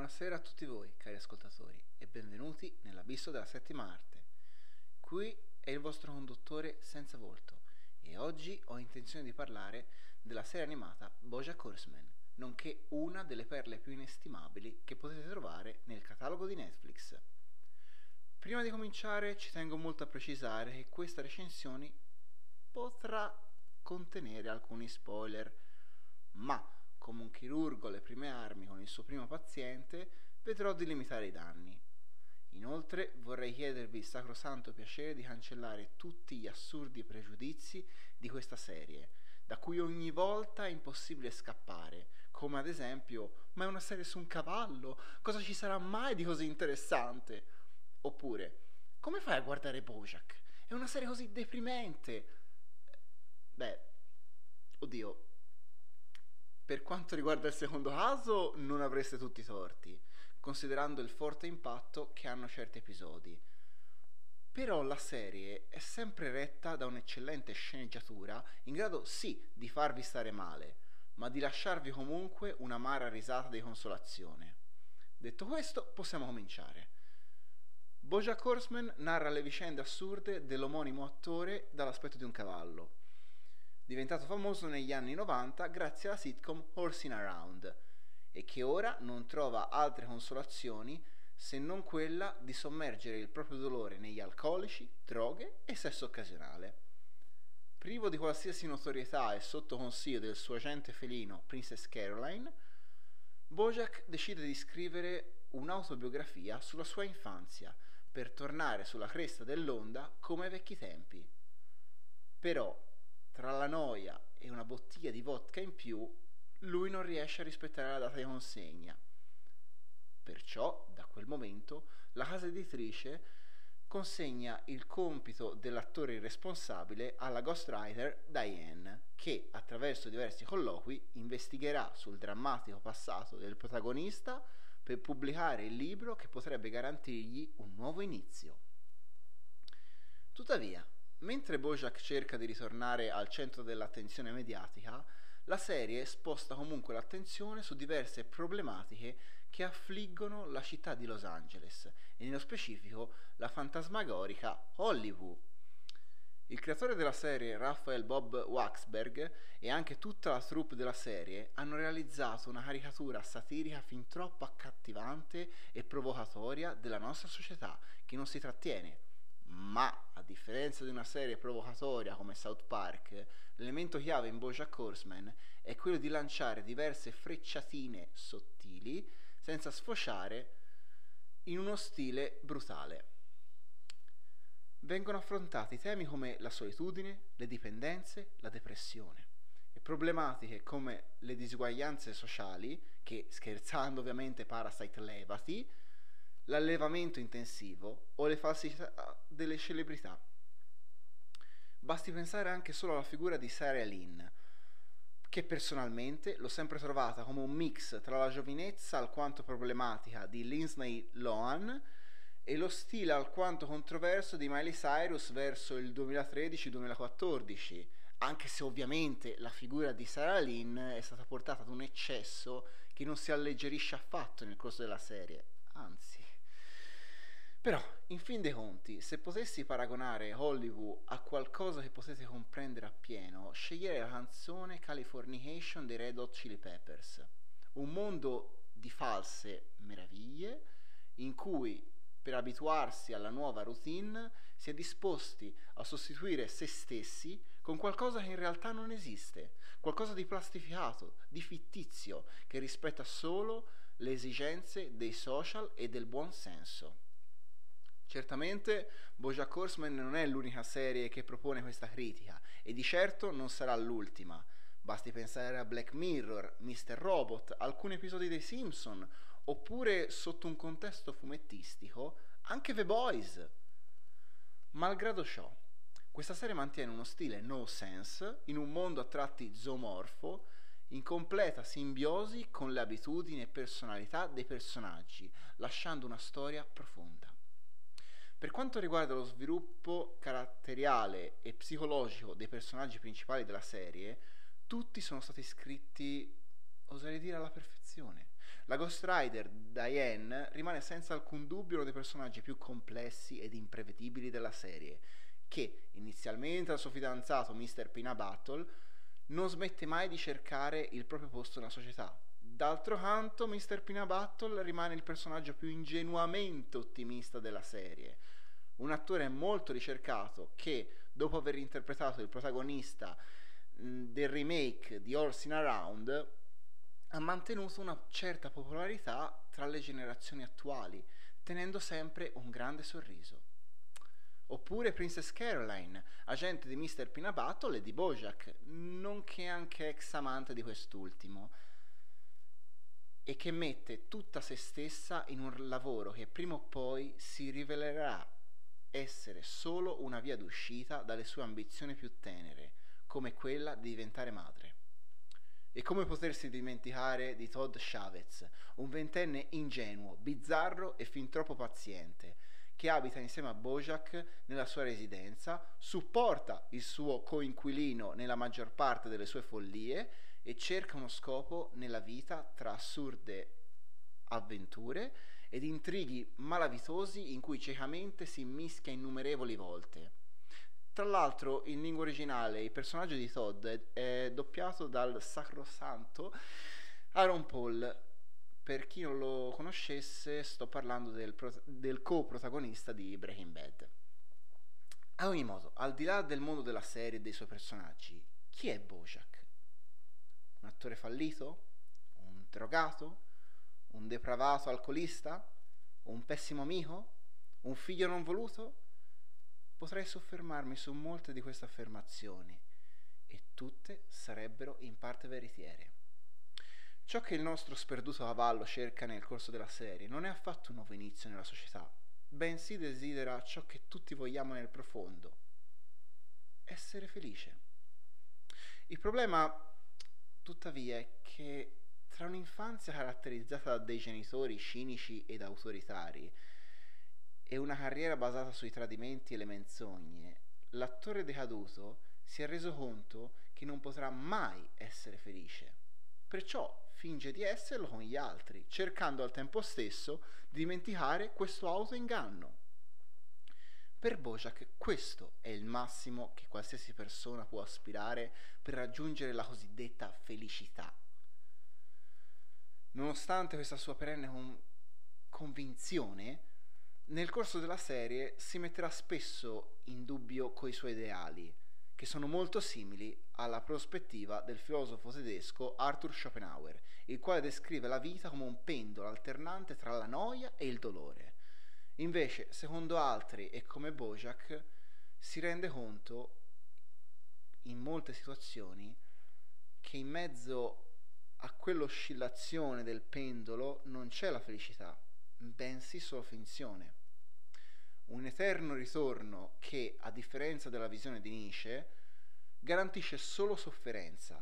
Buonasera a tutti voi, cari ascoltatori, e benvenuti nell'abisso della settima arte. Qui è il vostro conduttore senza volto, e oggi ho intenzione di parlare della serie animata BoJack Horseman, nonché una delle perle più inestimabili che potete trovare nel catalogo di Netflix. Prima di cominciare ci tengo molto a precisare che questa recensione potrà contenere alcuni spoiler, ma come un chirurgo alle prime armi con il suo primo paziente, vedrò di limitare i danni. Inoltre vorrei chiedervi il sacrosanto piacere di cancellare tutti gli assurdi pregiudizi di questa serie, da cui ogni volta è impossibile scappare, come ad esempio, ma è una serie su un cavallo, cosa ci sarà mai di così interessante? Oppure, come fai a guardare BoJack? È una serie così deprimente. Beh, oddio, per quanto riguarda il secondo caso, non avreste tutti i torti, considerando il forte impatto che hanno certi episodi. Però la serie è sempre retta da un'eccellente sceneggiatura in grado sì di farvi stare male, ma di lasciarvi comunque un'amara risata di consolazione. Detto questo, possiamo cominciare. BoJack Horseman narra le vicende assurde dell'omonimo attore dall'aspetto di un cavallo, diventato famoso negli anni 90 grazie alla sitcom Horsing Around, e che ora non trova altre consolazioni se non quella di sommergere il proprio dolore negli alcolici, droghe e sesso occasionale. Privo di qualsiasi notorietà e sotto consiglio del suo agente felino Princess Caroline, BoJack decide di scrivere un'autobiografia sulla sua infanzia per tornare sulla cresta dell'onda come ai vecchi tempi. Però tra la noia e una bottiglia di vodka in più, lui non riesce a rispettare la data di consegna. Perciò, da quel momento, la casa editrice consegna il compito dell'attore irresponsabile alla ghostwriter Diane, che, attraverso diversi colloqui, investigherà sul drammatico passato del protagonista per pubblicare il libro che potrebbe garantirgli un nuovo inizio. Tuttavia, mentre BoJack cerca di ritornare al centro dell'attenzione mediatica, la serie sposta comunque l'attenzione su diverse problematiche che affliggono la città di Los Angeles e nello specifico la fantasmagorica Hollywood. Il creatore della serie, Raphael Bob Waksberg, e anche tutta la troupe della serie hanno realizzato una caricatura satirica fin troppo accattivante e provocatoria della nostra società, che non si trattiene. Ma, a differenza di una serie provocatoria come South Park, l'elemento chiave in BoJack Horseman è quello di lanciare diverse frecciatine sottili senza sfociare in uno stile brutale. Vengono affrontati temi come la solitudine, le dipendenze, la depressione e problematiche come le disuguaglianze sociali, che, scherzando ovviamente, Parasite levati, l'allevamento intensivo o le falsità delle celebrità. Basti pensare anche solo alla figura di Sarah Lynn, che personalmente l'ho sempre trovata come un mix tra la giovinezza alquanto problematica di Lindsay Lohan e lo stile alquanto controverso di Miley Cyrus verso il 2013-2014, anche se ovviamente la figura di Sarah Lynn è stata portata ad un eccesso che non si alleggerisce affatto nel corso della serie, anzi. Però, in fin dei conti, se potessi paragonare Hollywood a qualcosa che potete comprendere appieno, sceglierei la canzone Californication dei Red Hot Chili Peppers. Un mondo di false meraviglie in cui, per abituarsi alla nuova routine, si è disposti a sostituire se stessi con qualcosa che in realtà non esiste, qualcosa di plastificato, di fittizio, che rispetta solo le esigenze dei social e del buon senso. Certamente BoJack Horseman non è l'unica serie che propone questa critica, e di certo non sarà l'ultima. Basti pensare a Black Mirror, Mr. Robot, alcuni episodi dei Simpson, oppure, sotto un contesto fumettistico, anche The Boys. Malgrado ciò, questa serie mantiene uno stile no sense in un mondo a tratti zoomorfo, in completa simbiosi con le abitudini e personalità dei personaggi, lasciando una storia profonda. Per quanto riguarda lo sviluppo caratteriale e psicologico dei personaggi principali della serie, tutti sono stati scritti, oserei dire, alla perfezione. La Ghost Rider Diane rimane senza alcun dubbio uno dei personaggi più complessi ed imprevedibili della serie, che, inizialmente al suo fidanzato Mr. Peanut Battle, non smette mai di cercare il proprio posto nella società. D'altro canto, Mr. Peanut Battle rimane il personaggio più ingenuamente ottimista della serie. Un attore molto ricercato che, dopo aver interpretato il protagonista del remake di All Around, ha mantenuto una certa popolarità tra le generazioni attuali, tenendo sempre un grande sorriso. Oppure Princess Caroline, agente di Mr. Peanut Battle e di Bojack, nonché anche ex amante di quest'ultimo, e che mette tutta se stessa in un lavoro che prima o poi si rivelerà essere solo una via d'uscita dalle sue ambizioni più tenere, come quella di diventare madre. E come potersi dimenticare di Todd Chavez, un ventenne ingenuo, bizzarro e fin troppo paziente, che abita insieme a Bojack nella sua residenza, supporta il suo coinquilino nella maggior parte delle sue follie e cerca uno scopo nella vita tra assurde avventure ed intrighi malavitosi in cui ciecamente si immischia innumerevoli volte. Tra l'altro, in lingua originale, il personaggio di Todd è doppiato dal sacrosanto Aaron Paul. Per chi non lo conoscesse, sto parlando del co-protagonista di Breaking Bad. Ad ogni modo, al di là del mondo della serie e dei suoi personaggi, chi è Bojack? Un attore fallito? Un drogato? Un depravato alcolista? Un pessimo amico? Un figlio non voluto? Potrei soffermarmi su molte di queste affermazioni e tutte sarebbero in parte veritiere. Ciò che il nostro sperduto cavallo cerca nel corso della serie non è affatto un nuovo inizio nella società, bensì desidera ciò che tutti vogliamo nel profondo: essere felice. Il problema, tuttavia, è che tra un'infanzia caratterizzata da dei genitori cinici ed autoritari e una carriera basata sui tradimenti e le menzogne, l'attore decaduto si è reso conto che non potrà mai essere felice. Perciò finge di esserlo con gli altri, cercando al tempo stesso di dimenticare questo autoinganno. Per Bojack questo è il massimo che qualsiasi persona può aspirare per raggiungere la cosiddetta felicità. Nonostante questa sua perenne convinzione, nel corso della serie si metterà spesso in dubbio coi suoi ideali, che sono molto simili alla prospettiva del filosofo tedesco Arthur Schopenhauer, il quale descrive la vita come un pendolo alternante tra la noia e il dolore. Invece, secondo altri e come Bojack, si rende conto in molte situazioni che in mezzo a quell'oscillazione del pendolo non c'è la felicità, bensì solo finzione. Un eterno ritorno che, a differenza della visione di Nietzsche, garantisce solo sofferenza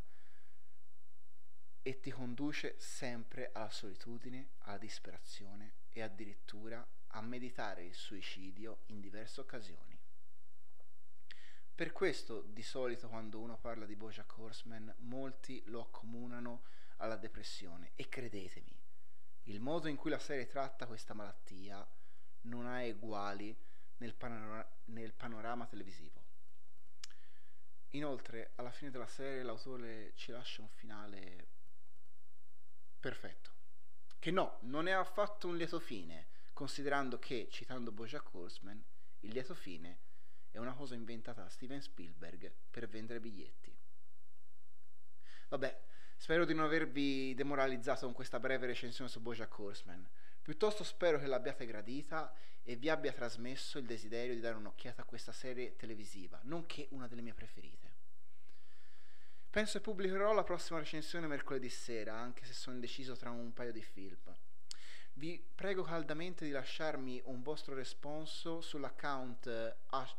e ti conduce sempre alla solitudine, alla disperazione e addirittura a meditare il suicidio in diverse occasioni. Per questo, di solito, quando uno parla di BoJack Horseman, molti lo accomunano alla depressione, e credetemi, il modo in cui la serie tratta questa malattia non ha eguali nel panorama televisivo. Inoltre, alla fine della serie l'autore ci lascia un finale perfetto, che non è affatto un lieto fine, considerando che, citando BoJack Horseman, il lieto fine è una cosa inventata da Steven Spielberg per vendere biglietti. Vabbè, spero di non avervi demoralizzato con questa breve recensione su BoJack Horseman. Piuttosto spero che l'abbiate gradita e vi abbia trasmesso il desiderio di dare un'occhiata a questa serie televisiva, nonché una delle mie preferite. Penso che pubblicherò la prossima recensione mercoledì sera, anche se sono indeciso tra un paio di film. Vi prego caldamente di lasciarmi un vostro responso sull'account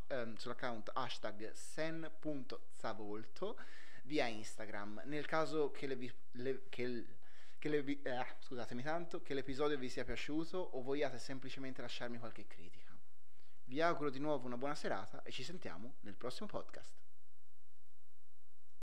#sen.zavolto via Instagram, nel caso che l'episodio vi sia piaciuto o vogliate semplicemente lasciarmi qualche critica. Vi auguro di nuovo una buona serata e ci sentiamo nel prossimo podcast.